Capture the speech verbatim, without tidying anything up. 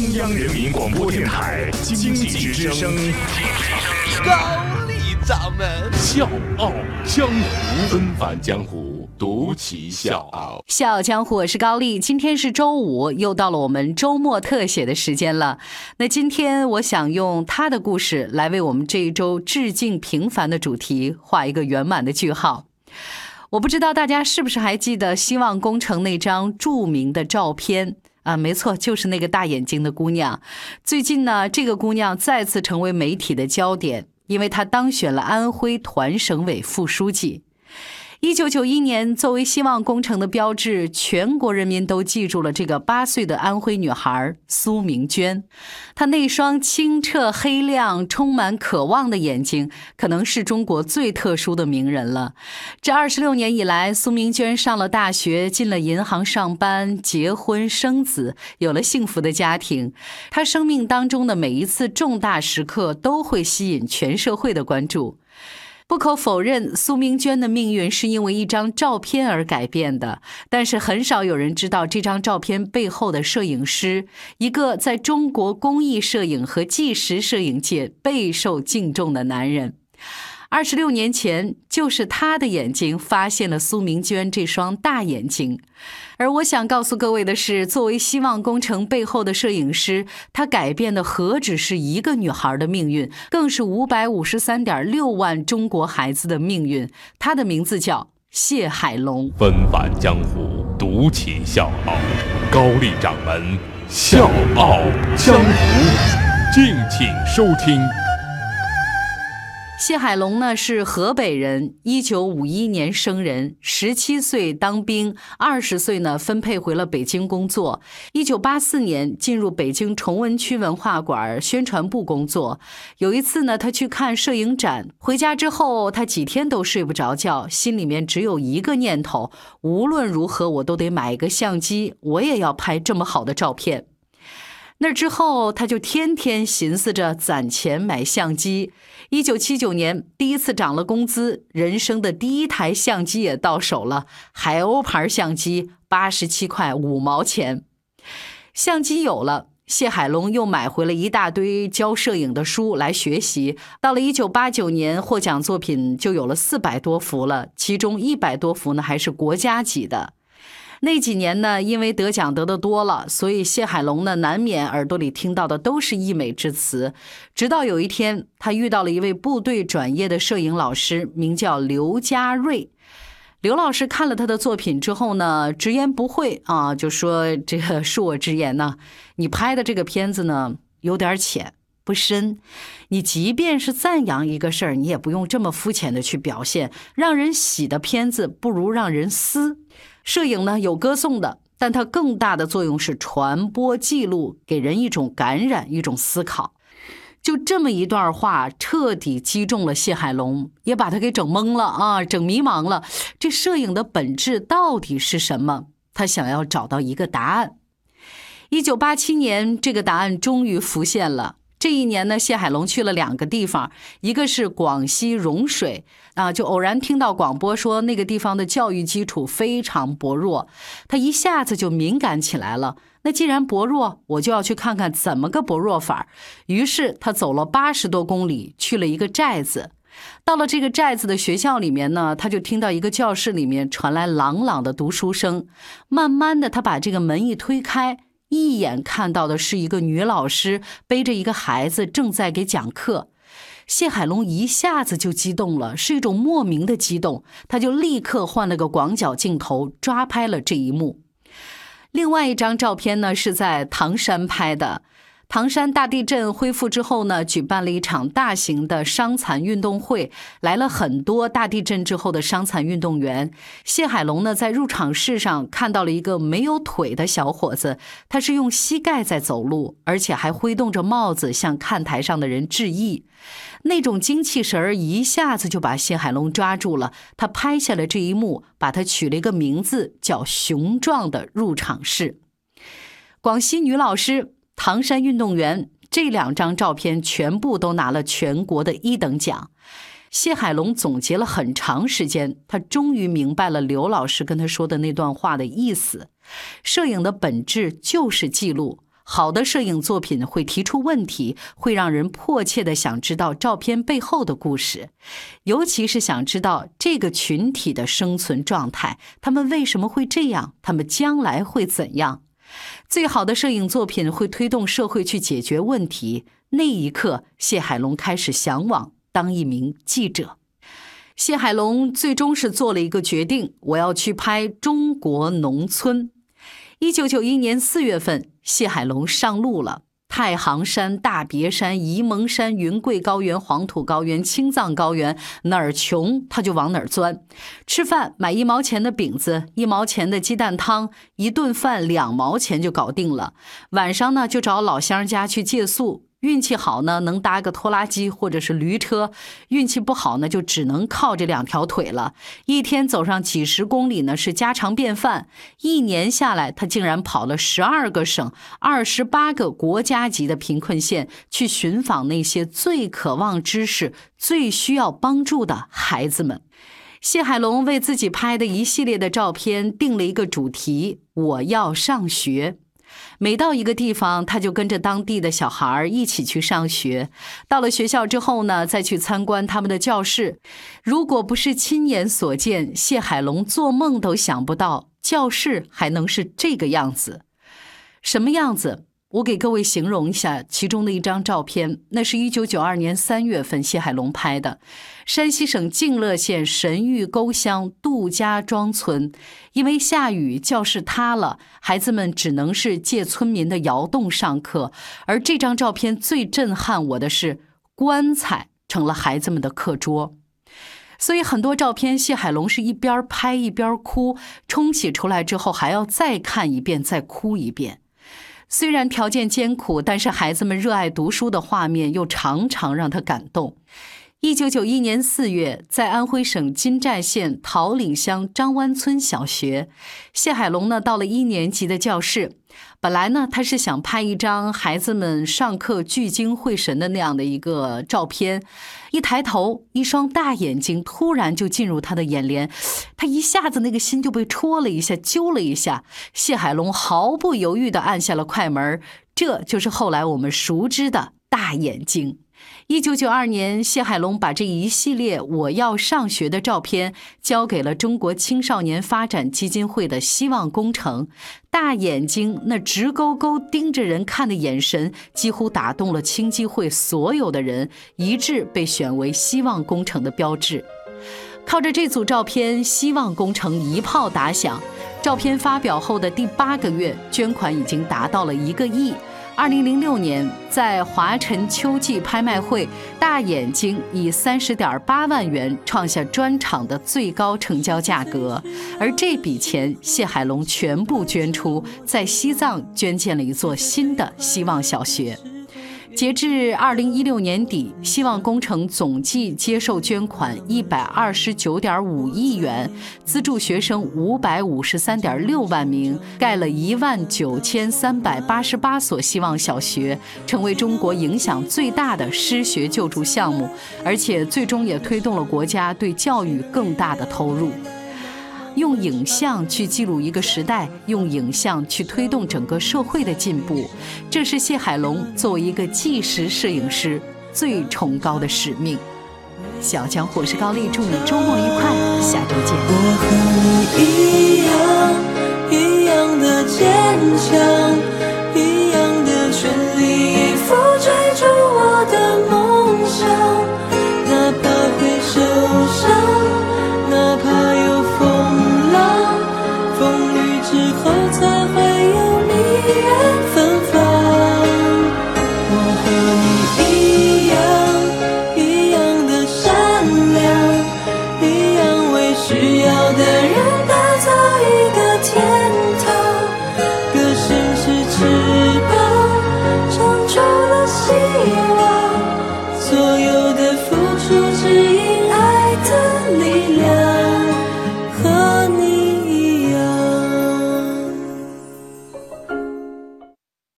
央人民广播电台经济之声， 高丽掌门笑傲江湖，纷繁江湖，独骑笑傲。 笑傲江湖，我是高丽。今天是周五，又到了我们周末特写的时间了。那今天我想用他的故事来为我们这一周致敬平凡的主题画一个圆满的句号。我不知道大家是不是还记得希望工程那张著名的照片啊？没错，就是那个大眼睛的姑娘。最近呢，这个姑娘再次成为媒体的焦点，因为她当选了安徽团省委副书记。一九九一年，作为希望工程的标志，全国人民都记住了这个八岁的安徽女孩苏明娟。她那双清澈黑亮、充满渴望的眼睛，可能是中国最特殊的名人了。这二十六年以来，苏明娟上了大学，进了银行上班，结婚生子，有了幸福的家庭。她生命当中的每一次重大时刻，都会吸引全社会的关注。不可否认，苏明娟的命运是因为一张照片而改变的，但是很少有人知道这张照片背后的摄影师，一个在中国公益摄影和纪实摄影界备受敬重的男人。二十六年前，就是他的眼睛发现了苏明娟这双大眼睛。而我想告诉各位的是，作为希望工程背后的摄影师，他改变的何止是一个女孩的命运，更是五百五十三点六万中国孩子的命运。他的名字叫谢海龙。 纷繁江湖，独骑笑傲，高丽掌门笑傲江湖，敬请收听。 谢海龙呢是河北人，一九五一年生人，十七岁当兵，二十岁呢分配回了北京工作。一九八四年进入北京崇文区文化馆宣传部工作。有一次呢，他去看摄影展，回家之后他几天都睡不着觉，心里面只有一个念头：无论如何我都得买一个相机，我也要拍这么好的照片。那之后他就天天寻思着攒钱买相机。一九七九年第一次涨了工资，人生的第一台相机也到手了，海鸥牌相机，八十七块五毛钱。相机有了，谢海龙又买回了一大堆教摄影的书来学习。到了一九八九年，获奖作品就有了四百多幅了，其中一百多幅呢还是国家级的。那几年呢，因为得奖得得多了，所以谢海龙呢难免耳朵里听到的都是溢美之词。直到有一天，他遇到了一位部队转业的摄影老师，名叫刘家瑞。刘老师看了他的作品之后呢，直言不讳啊，就说这个恕我直言呢，你拍的这个片子呢有点浅不深，你即便是赞扬一个事儿，你也不用这么肤浅的去表现，让人喜的片子不如让人撕。摄影呢有歌颂的，但它更大的作用是传播记录，给人一种感染，一种思考。就这么一段话彻底击中了谢海龙，也把他给整懵了啊，整迷茫了。这摄影的本质到底是什么？他想要找到一个答案。一九八七年，这个答案终于浮现了。这一年呢，谢海龙去了两个地方，一个是广西融水啊，就偶然听到广播说那个地方的教育基础非常薄弱，他一下子就敏感起来了。那既然薄弱，我就要去看看怎么个薄弱法。于是他走了八十多公里，去了一个寨子。到了这个寨子的学校里面呢，他就听到一个教室里面传来朗朗的读书声。慢慢的，他把这个门一推开，一眼看到的是一个女老师背着一个孩子正在给讲课。谢海龙一下子就激动了，是一种莫名的激动，他就立刻换了个广角镜头抓拍了这一幕。另外一张照片呢，是在唐山拍的。唐山大地震恢复之后呢，举办了一场大型的伤残运动会，来了很多大地震之后的伤残运动员。谢海龙呢，在入场式上看到了一个没有腿的小伙子，他是用膝盖在走路，而且还挥动着帽子向看台上的人致意。那种精气神儿一下子就把谢海龙抓住了，他拍下了这一幕，把它取了一个名字，叫雄壮的入场式。广西女老师，唐山运动员，这两张照片全部都拿了全国的一等奖。谢海龙总结了很长时间，他终于明白了刘老师跟他说的那段话的意思。摄影的本质就是记录， 好的摄影作品会提出问题，会让人迫切地想知道照片背后的故事，尤其是想知道这个群体的生存状态，他们为什么会这样，他们将来会怎样。最好的摄影作品会推动社会去解决问题。那一刻，谢海龙开始向往当一名记者。谢海龙最终是做了一个决定，我要去拍中国农村。一九九一年四月份，谢海龙上路了。太行山、大别山、沂蒙山、云贵高原、黄土高原、青藏高原，哪儿穷他就往哪儿钻。吃饭买一毛钱的饼子，一毛钱的鸡蛋汤，一顿饭两毛钱就搞定了。晚上呢，就找老乡家去借宿。运气好呢，能搭个拖拉机或者是驴车；运气不好呢，就只能靠这两条腿了。一天走上几十公里呢，是家常便饭。一年下来，他竟然跑了十二个省、二十八个国家级的贫困县，去寻访那些最渴望知识、最需要帮助的孩子们。谢海龙为自己拍的一系列的照片定了一个主题：我要上学。每到一个地方，他就跟着当地的小孩一起去上学。到了学校之后呢，再去参观他们的教室。如果不是亲眼所见，谢海龙做梦都想不到教室还能是这个样子。什么样子？我给各位形容一下其中的一张照片，那是一九九二年三月份谢海龙拍的。山西省静乐县神峪沟乡杜家庄村，因为下雨，教室塌了，孩子们只能是借村民的窑洞上课。而这张照片最震撼我的是，棺材成了孩子们的课桌。所以很多照片谢海龙是一边拍一边哭，冲洗出来之后还要再看一遍，再哭一遍。虽然条件艰苦，但是孩子们热爱读书的画面又常常让他感动。一九九一年四月，在安徽省金寨县桃岭乡张湾村小学，谢海龙呢到了一年级的教室。本来呢，他是想拍一张孩子们上课聚精会神的那样的一个照片。一抬头，一双大眼睛突然就进入他的眼帘，他一下子那个心就被戳了一下，揪了一下。谢海龙毫不犹豫地按下了快门，这就是后来我们熟知的大眼睛。一九九二年，谢海龙把这一系列我要上学的照片交给了中国青少年发展基金会的希望工程。大眼睛那直勾勾盯着人看的眼神，几乎打动了青基会所有的人，一致被选为希望工程的标志。靠着这组照片，希望工程一炮打响。照片发表后的第八个月，捐款已经达到了一个亿。二零零六年，在华晨秋季拍卖会，大眼睛以三十点八万元创下专场的最高成交价格，而这笔钱谢海龙全部捐出，在西藏捐建了一座新的希望小学。截至二零一六年底，希望工程总计接受捐款一百二十九点五亿元，资助学生五百五十三点六万名，盖了一万九千三百八十八所希望小学，成为中国影响最大的失学救助项目，而且最终也推动了国家对教育更大的投入。用影像去记录一个时代，用影像去推动整个社会的进步，这是谢海龙作为一个纪实摄影师最崇高的使命。小江，我是高丽，祝你周末愉快，下周见。 我和你一样，一样的坚强，一